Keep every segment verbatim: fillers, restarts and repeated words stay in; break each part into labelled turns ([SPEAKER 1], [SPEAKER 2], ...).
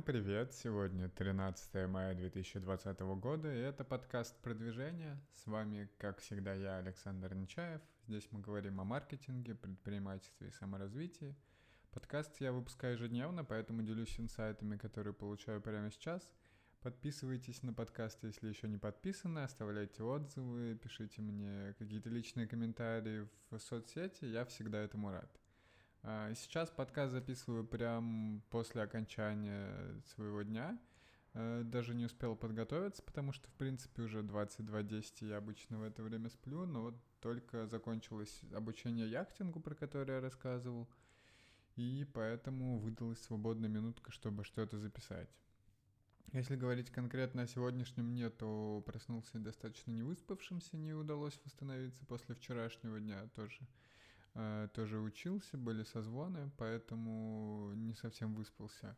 [SPEAKER 1] привет! Сегодня тринадцатое мая две тысячи двадцатого года, и это подкаст «Продвижение». С вами, как всегда, я, Александр Нечаев. Здесь мы говорим о маркетинге, предпринимательстве и саморазвитии. Подкаст я выпускаю ежедневно, поэтому делюсь инсайтами, которые получаю прямо сейчас. Подписывайтесь на подкаст, если еще не подписаны, оставляйте отзывы, пишите мне какие-то личные комментарии в соцсети, я всегда этому рад. Сейчас подкаст записываю прям после окончания своего дня. Даже не успел подготовиться, потому что, в принципе, уже двадцать два десять, я обычно в это время сплю, но вот только закончилось обучение яхтингу, про которое я рассказывал, и поэтому выдалась свободная минутка, чтобы что-то записать. Если говорить конкретно о сегодняшнем дне, то проснулся достаточно невыспавшимся, не удалось восстановиться после вчерашнего дня тоже. Тоже учился, были созвоны, поэтому не совсем выспался.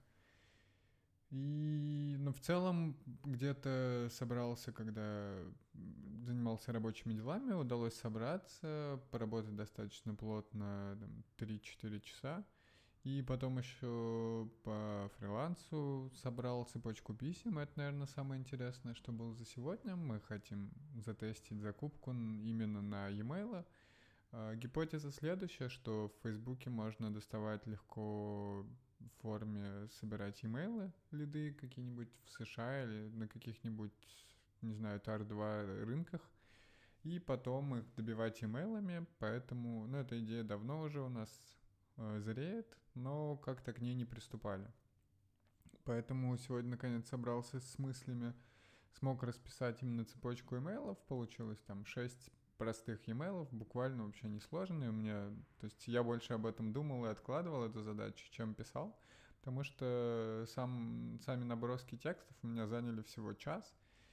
[SPEAKER 1] И, ну, в целом, где-то собрался, когда занимался рабочими делами, удалось собраться, поработать достаточно плотно, там, три-четыре часа. И потом еще по фрилансу собрал цепочку писем. Это, наверное, самое интересное, что было за сегодня. Мы хотим затестить закупку именно на e-mail. Гипотеза следующая, что в Фейсбуке можно доставать легко в форме собирать имейлы, лиды какие-нибудь в США или на каких-нибудь, не знаю, ти ар два рынках, и потом их добивать имейлами, поэтому, ну, эта идея давно уже у нас э, зреет, но как-то к ней не приступали. Поэтому сегодня, наконец, собрался с мыслями, смог расписать именно цепочку имейлов, получилось там шесть простых e-mail'ов, буквально вообще несложные у меня. То есть я больше об этом думал и откладывал эту задачу, чем писал, потому что сам, сами наброски текстов у меня заняли всего час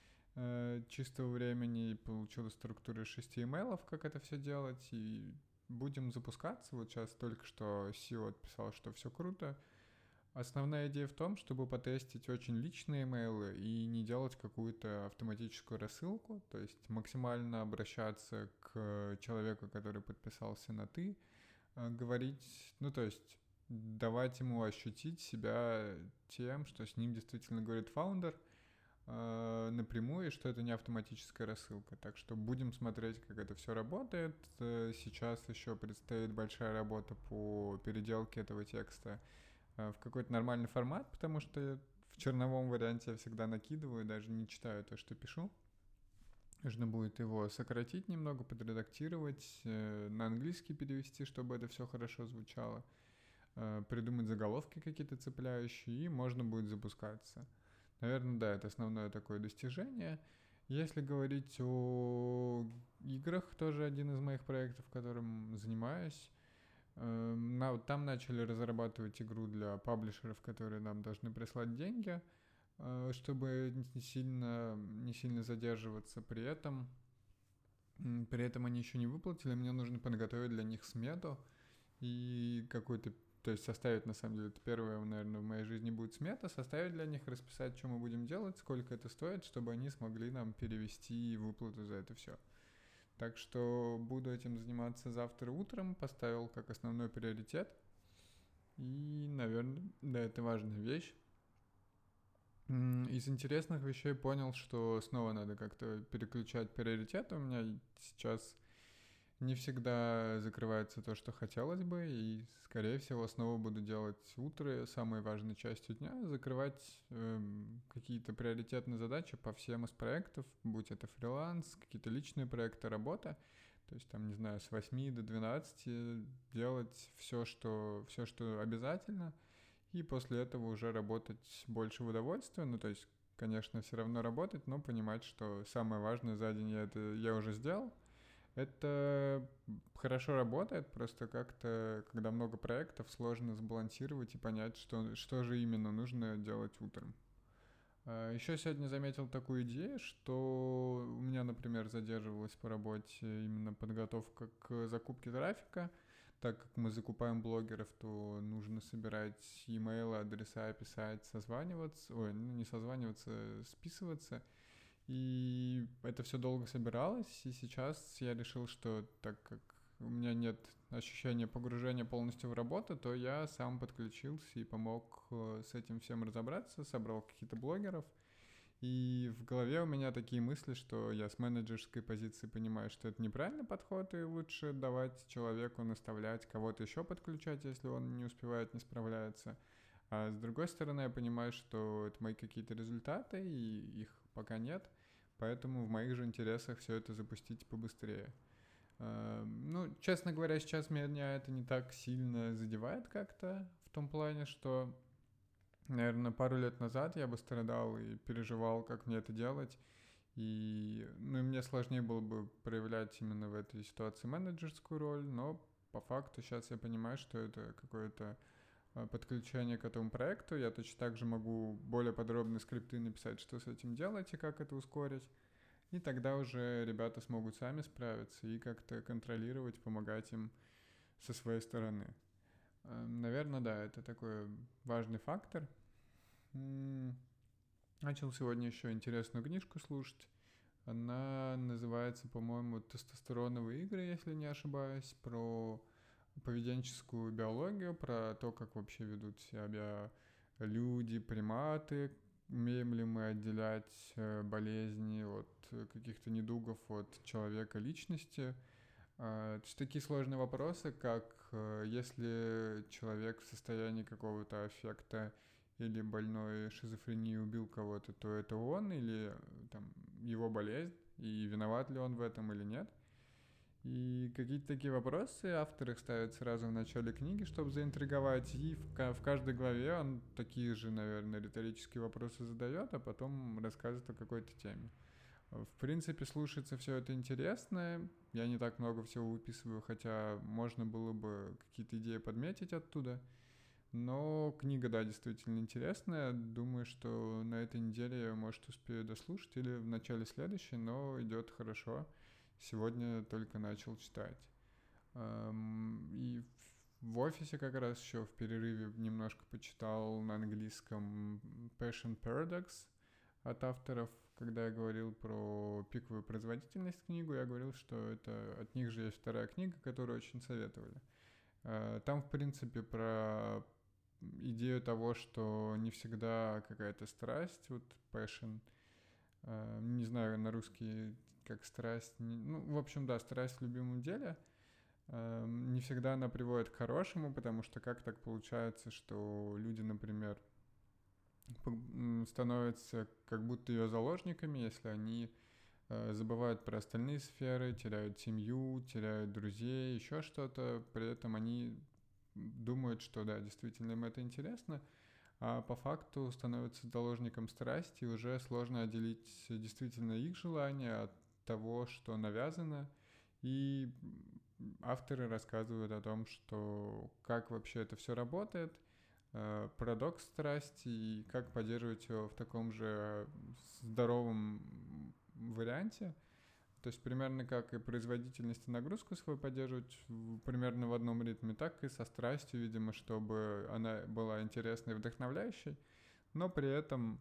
[SPEAKER 1] э, чистого времени, и получилась структура шести имейлов, как это все делать, и будем запускаться. Вот сейчас только что Сио отписал, что все круто. Основная идея в том, чтобы потестить очень личные имейлы и не делать какую-то автоматическую рассылку, то есть максимально обращаться к человеку, который подписался на «ты», говорить, ну то есть давать ему ощутить себя тем, что с ним действительно говорит фаундер напрямую, и что это не автоматическая рассылка. Так что будем смотреть, как это все работает. Сейчас еще предстоит большая работа по переделке этого текста в какой-то нормальный формат, потому что в черновом варианте я всегда накидываю, даже не читаю то, что пишу. Нужно будет его сократить немного, подредактировать, на английский перевести, чтобы это все хорошо звучало, придумать заголовки какие-то цепляющие, и можно будет запускаться. Наверное, да, это основное такое достижение. Если говорить о играх, тоже один из моих проектов, которым занимаюсь, там начали разрабатывать игру для паблишеров, которые нам должны прислать деньги, чтобы не сильно, не сильно задерживаться. При этом, при этом они еще не выплатили, мне нужно подготовить для них смету и какой-то, то есть составить, на самом деле, это первое, наверное, в моей жизни будет смета, составить для них, расписать, что мы будем делать, сколько это стоит, чтобы они смогли нам перевести выплату за это все. Так что буду этим заниматься завтра утром, поставил как основной приоритет. И, наверное, да, это важная вещь. Из интересных вещей понял, что снова надо как-то переключать приоритеты. У меня сейчас не всегда закрывается то, что хотелось бы, и, скорее всего, снова буду делать утро самой важной частью дня, закрывать э, какие-то приоритетные задачи по всем из проектов, будь это фриланс, какие-то личные проекты, работа. То есть, там, не знаю, с восьми до двенадцати делать все, что, все, что обязательно, и после этого уже работать больше в удовольствие. Ну, то есть, конечно, все равно работать, но понимать, что самое важное за день я, это, я уже сделал. Это хорошо работает, просто как-то, когда много проектов, сложно сбалансировать и понять, что, что же именно нужно делать утром. Еще сегодня заметил такую идею, что у меня, например, задерживалась по работе именно подготовка к закупке трафика. Так как мы закупаем блогеров, то нужно собирать имейлы, адреса, писать, созваниваться, ой, ну не созваниваться, списываться. И это все долго собиралось, и сейчас я решил, что так как у меня нет ощущения погружения полностью в работу, то я сам подключился и помог э, с этим всем разобраться, собрал каких-то блогеров. И в голове у меня такие мысли, что я с менеджерской позиции понимаю, что это неправильный подход, и лучше давать человеку наставлять, кого-то еще подключать, если он не успевает, не справляется. А с другой стороны, я понимаю, что это мои какие-то результаты, и их пока нет, поэтому в моих же интересах все это запустить побыстрее. Э, Ну, честно говоря, сейчас меня это не так сильно задевает как-то, в том плане, что, наверное, пару лет назад я бы страдал и переживал, как мне это делать, и, ну, и мне сложнее было бы проявлять именно в этой ситуации менеджерскую роль, но по факту сейчас я понимаю, что это какое-то э, подключение к этому проекту. Я точно так же могу более подробные скрипты написать, что с этим делать и как это ускорить. И тогда уже ребята смогут сами справиться и как-то контролировать, помогать им со своей стороны. Наверное, да, это такой важный фактор. М, Начал сегодня еще интересную книжку слушать. Она называется, по-моему, «Тестостероновые игры», если не ошибаюсь, про поведенческую биологию, про то, как вообще ведут себя люди, приматы, умеем ли мы отделять э, болезни от э, каких-то недугов от человека личности. А, Это же такие сложные вопросы, как э, если человек в состоянии какого-то аффекта или больной шизофренией убил кого-то, то это он или э, там его болезнь, и виноват ли он в этом или нет. И какие-то такие вопросы автор их ставит сразу в начале книги, чтобы заинтриговать, и в, ка- в каждой главе он такие же, наверное, риторические вопросы задает, а потом рассказывает о какой-то теме. В принципе, слушается все это интересно. Я не так много всего выписываю, хотя можно было бы какие-то идеи подметить оттуда. Но книга, да, действительно интересная. Думаю, что на этой неделе я, может, успею дослушать или в начале следующей, но идет хорошо. Сегодня только начал читать. Эм, И в офисе как раз еще в перерыве немножко почитал на английском Passion Paradox от авторов. Когда я говорил про пиковую производительность книгу, я говорил, что это от них же есть вторая книга, которую очень советовали. Э, Там, в принципе, про идею того, что не всегда какая-то страсть, вот passion, э, не знаю на русский как страсть, не- ну, в общем, да, страсть в любимом деле, э, не всегда она приводит к хорошему, потому что как так получается, что люди, например, становятся как будто ее заложниками, если они э, забывают про остальные сферы, теряют семью, теряют друзей, еще что-то, при этом они думают, что да, действительно им это интересно, а по факту становятся заложником страсти, и уже сложно отделить действительно их желания от того, что навязано. И авторы рассказывают о том, что как вообще это все работает, э, парадокс страсти и как поддерживать его в таком же здоровом варианте. То есть примерно как и производительность и нагрузку свою поддерживать в, примерно в одном ритме, так и со страстью, видимо, чтобы она была интересной и вдохновляющей, но при этом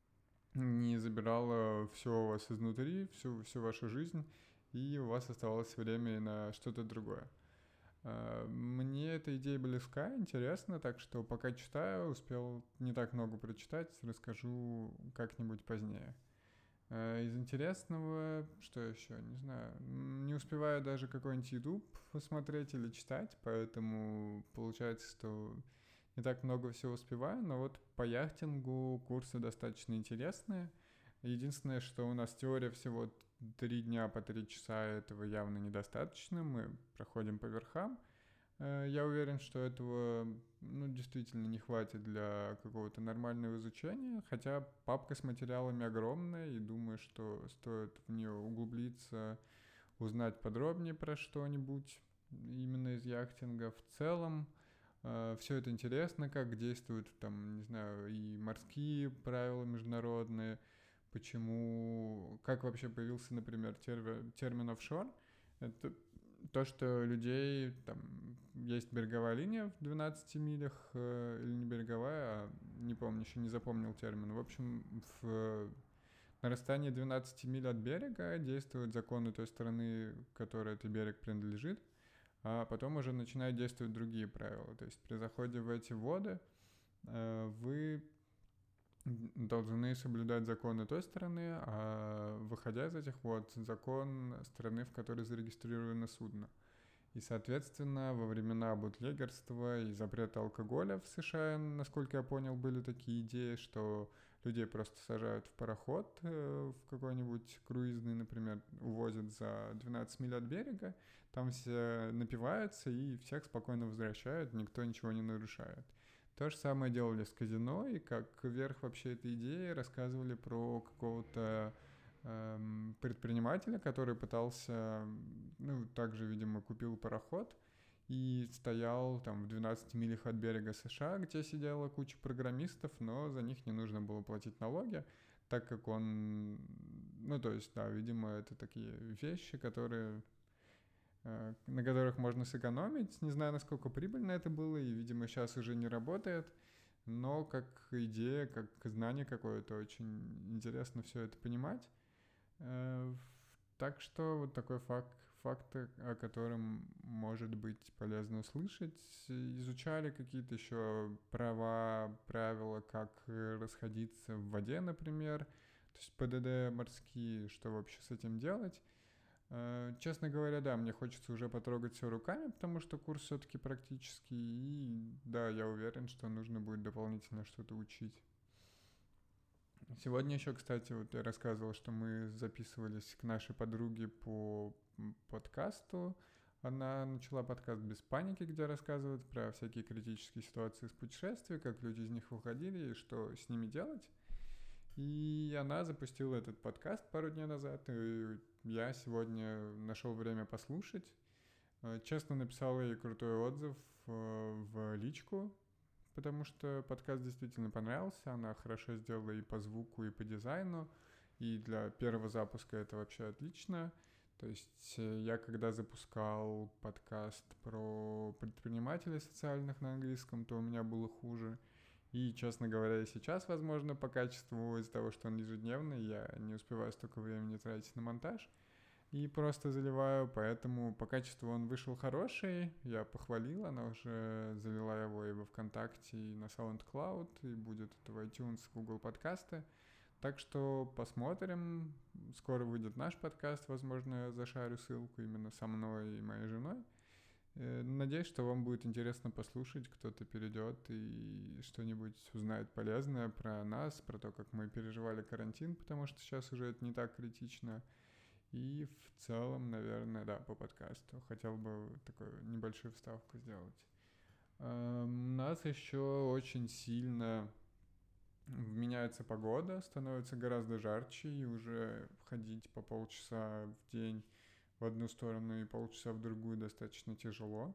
[SPEAKER 1] не забирала все у вас изнутри, всю, всю вашу жизнь, и у вас оставалось время и на что-то другое. А, Мне эта идея близка, интересна, так что пока читаю, успел не так много прочитать, расскажу как-нибудь позднее. Э, Из интересного, что еще, не знаю, м, не успеваю даже какой-нибудь YouTube посмотреть или читать, поэтому получается, что не так много всего успеваю, но вот по яхтингу курсы достаточно интересные. Единственное, что у нас теория всего три дня по три часа, этого явно недостаточно, мы проходим по верхам. Э, Я уверен, что этого, ну, действительно не хватит для какого-то нормального изучения, хотя папка с материалами огромная, и думаю, что стоит в нее углубиться, узнать подробнее про что-нибудь именно из яхтинга. В целом, все это интересно, как действуют там, не знаю, и морские правила международные, почему, как вообще появился, например, термин, термин офшор. Это то, что людей, там, есть береговая линия в двенадцати милях, э, или не береговая, а не помню, еще не запомнил термин. В общем, в, на расстоянии двенадцати миль от берега действуют законы той страны, которой этот берег принадлежит. а потом уже начинают действовать другие правила. То есть при заходе в эти воды э, вы должны соблюдать законы той страны, а выходя из этих вод, закон страны, в которой зарегистрировано судно. И, соответственно, во времена бутлегерства и запрета алкоголя в США, насколько я понял, были такие идеи, что людей просто сажают в пароход, э, в какой-нибудь круизный, например, увозят за двенадцать миль от берега, там все напиваются и всех спокойно возвращают, никто ничего не нарушает. То же самое делали с казино, и как верх вообще этой идеи рассказывали про какого-то эм, предпринимателя, который пытался, ну, также, видимо, купил пароход и стоял там в двенадцати милях от берега США, где сидела куча программистов, но за них не нужно было платить налоги, так как он, ну, то есть, да, видимо, это такие вещи, которые э, на которых можно сэкономить. Не знаю, насколько прибыльно это было, и, видимо, сейчас уже не работает. Но как идея, как знание какое-то, очень интересно все это понимать. Э, Так что вот такой факт, факт, о котором может быть полезно услышать. Изучали какие-то еще права, правила, как расходиться в воде, например. То есть ПДД морские, что вообще с этим делать. Э, Честно говоря, да, мне хочется уже потрогать все руками, потому что курс все-таки практический, и да, я уверен, что нужно будет дополнительно что-то учить. Сегодня еще, кстати, вот я рассказывал, что мы записывались к нашей подруге по подкасту. Она начала подкаст «Без паники», где рассказывает про всякие критические ситуации с путешествий, как люди из них выходили и что с ними делать. И она запустила этот подкаст пару дней назад, и я сегодня нашел время послушать. Честно, написал ей крутой отзыв в личку, потому что подкаст действительно понравился, она хорошо сделала и по звуку, и по дизайну, и для первого запуска это вообще отлично. То есть я когда запускал подкаст про предпринимателей социальных на английском, то у меня было хуже. И, честно говоря, и сейчас, возможно, по качеству из-за того, что он ежедневный, я не успеваю столько времени тратить на монтаж. И просто заливаю, поэтому по качеству он вышел хороший, я похвалил, она уже залила его и во ВКонтакте, и на SoundCloud, и будет это в iTunes, Google подкасты. Так что посмотрим, скоро выйдет наш подкаст, возможно, я зашарю ссылку именно со мной и моей женой. Надеюсь, что вам будет интересно послушать, кто-то перейдет и что-нибудь узнает полезное про нас, про то, как мы переживали карантин, потому что сейчас уже это не так критично. И в целом, наверное, да, по подкасту. Хотел бы такую небольшую вставку сделать. У нас еще очень сильно меняется погода, становится гораздо жарче, и уже ходить по полчаса в день в одну сторону и полчаса в другую достаточно тяжело.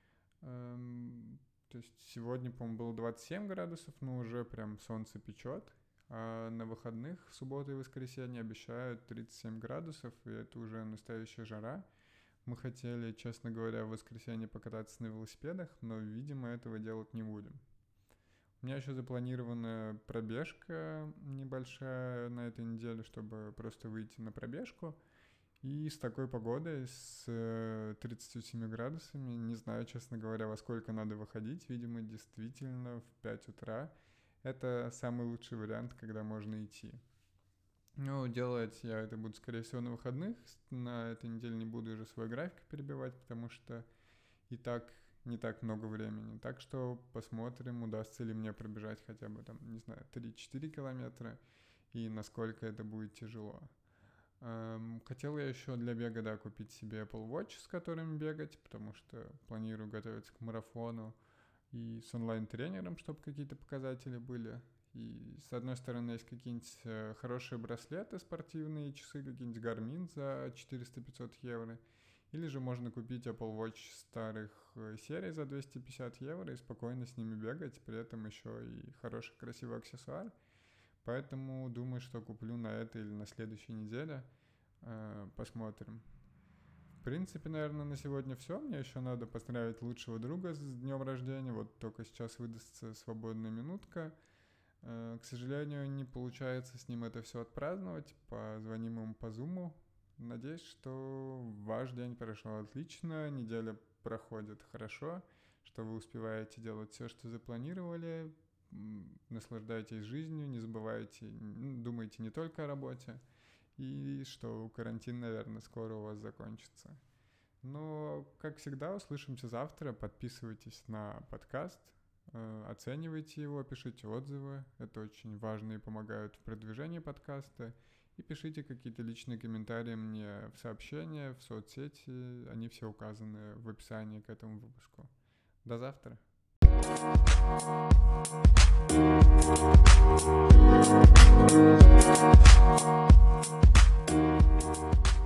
[SPEAKER 1] То есть сегодня, по-моему, было двадцать семь градусов, но уже прям солнце печет. А на выходных, в субботу и воскресенье, обещают тридцать семь градусов, и это уже настоящая жара. Мы хотели, честно говоря, в воскресенье покататься на велосипедах, но, видимо, этого делать не будем. У меня еще запланирована пробежка небольшая на этой неделе, чтобы просто выйти на пробежку. И с такой погодой, с тридцатью семью градусами, не знаю, честно говоря, во сколько надо выходить. Видимо, действительно в пять утра. Это самый лучший вариант, когда можно идти. Ну, делать я это буду, скорее всего, на выходных. На этой неделе не буду уже свой график перебивать, потому что и так не так много времени. Так что посмотрим, удастся ли мне пробежать хотя бы, там, не знаю, три-четыре километра, и насколько это будет тяжело. Эм, хотел я еще для бега, да, купить себе Apple Watch, с которым бегать, потому что планирую готовиться к марафону. И с онлайн-тренером, чтобы какие-то показатели были. И с одной стороны есть какие-нибудь э, хорошие браслеты спортивные, часы, какие-нибудь Garmin за четыреста-пятьсот евро. Или же можно купить Apple Watch старых э, серий за двести пятьдесят евро и спокойно с ними бегать, при этом еще и хороший красивый аксессуар. Поэтому думаю, что куплю на этой или на следующей неделе. Э, посмотрим. В принципе, наверное, на сегодня все. Мне еще надо поздравить лучшего друга с днем рождения. Вот только сейчас выдастся свободная минутка. К сожалению, не получается с ним это все отпраздновать. Позвоним ему по зуму. Надеюсь, что ваш день прошел отлично. Неделя проходит хорошо, что вы успеваете делать все, что запланировали, наслаждайтесь жизнью, не забывайте, думайте не только о работе, и что карантин, наверное, скоро у вас закончится. Но, как всегда, услышимся завтра. Подписывайтесь на подкаст, оценивайте его, пишите отзывы. Это очень важно и помогает в продвижении подкаста. И пишите какие-то личные комментарии мне в сообщения, в соцсети. Они все указаны в описании к этому выпуску. До завтра. Thank you.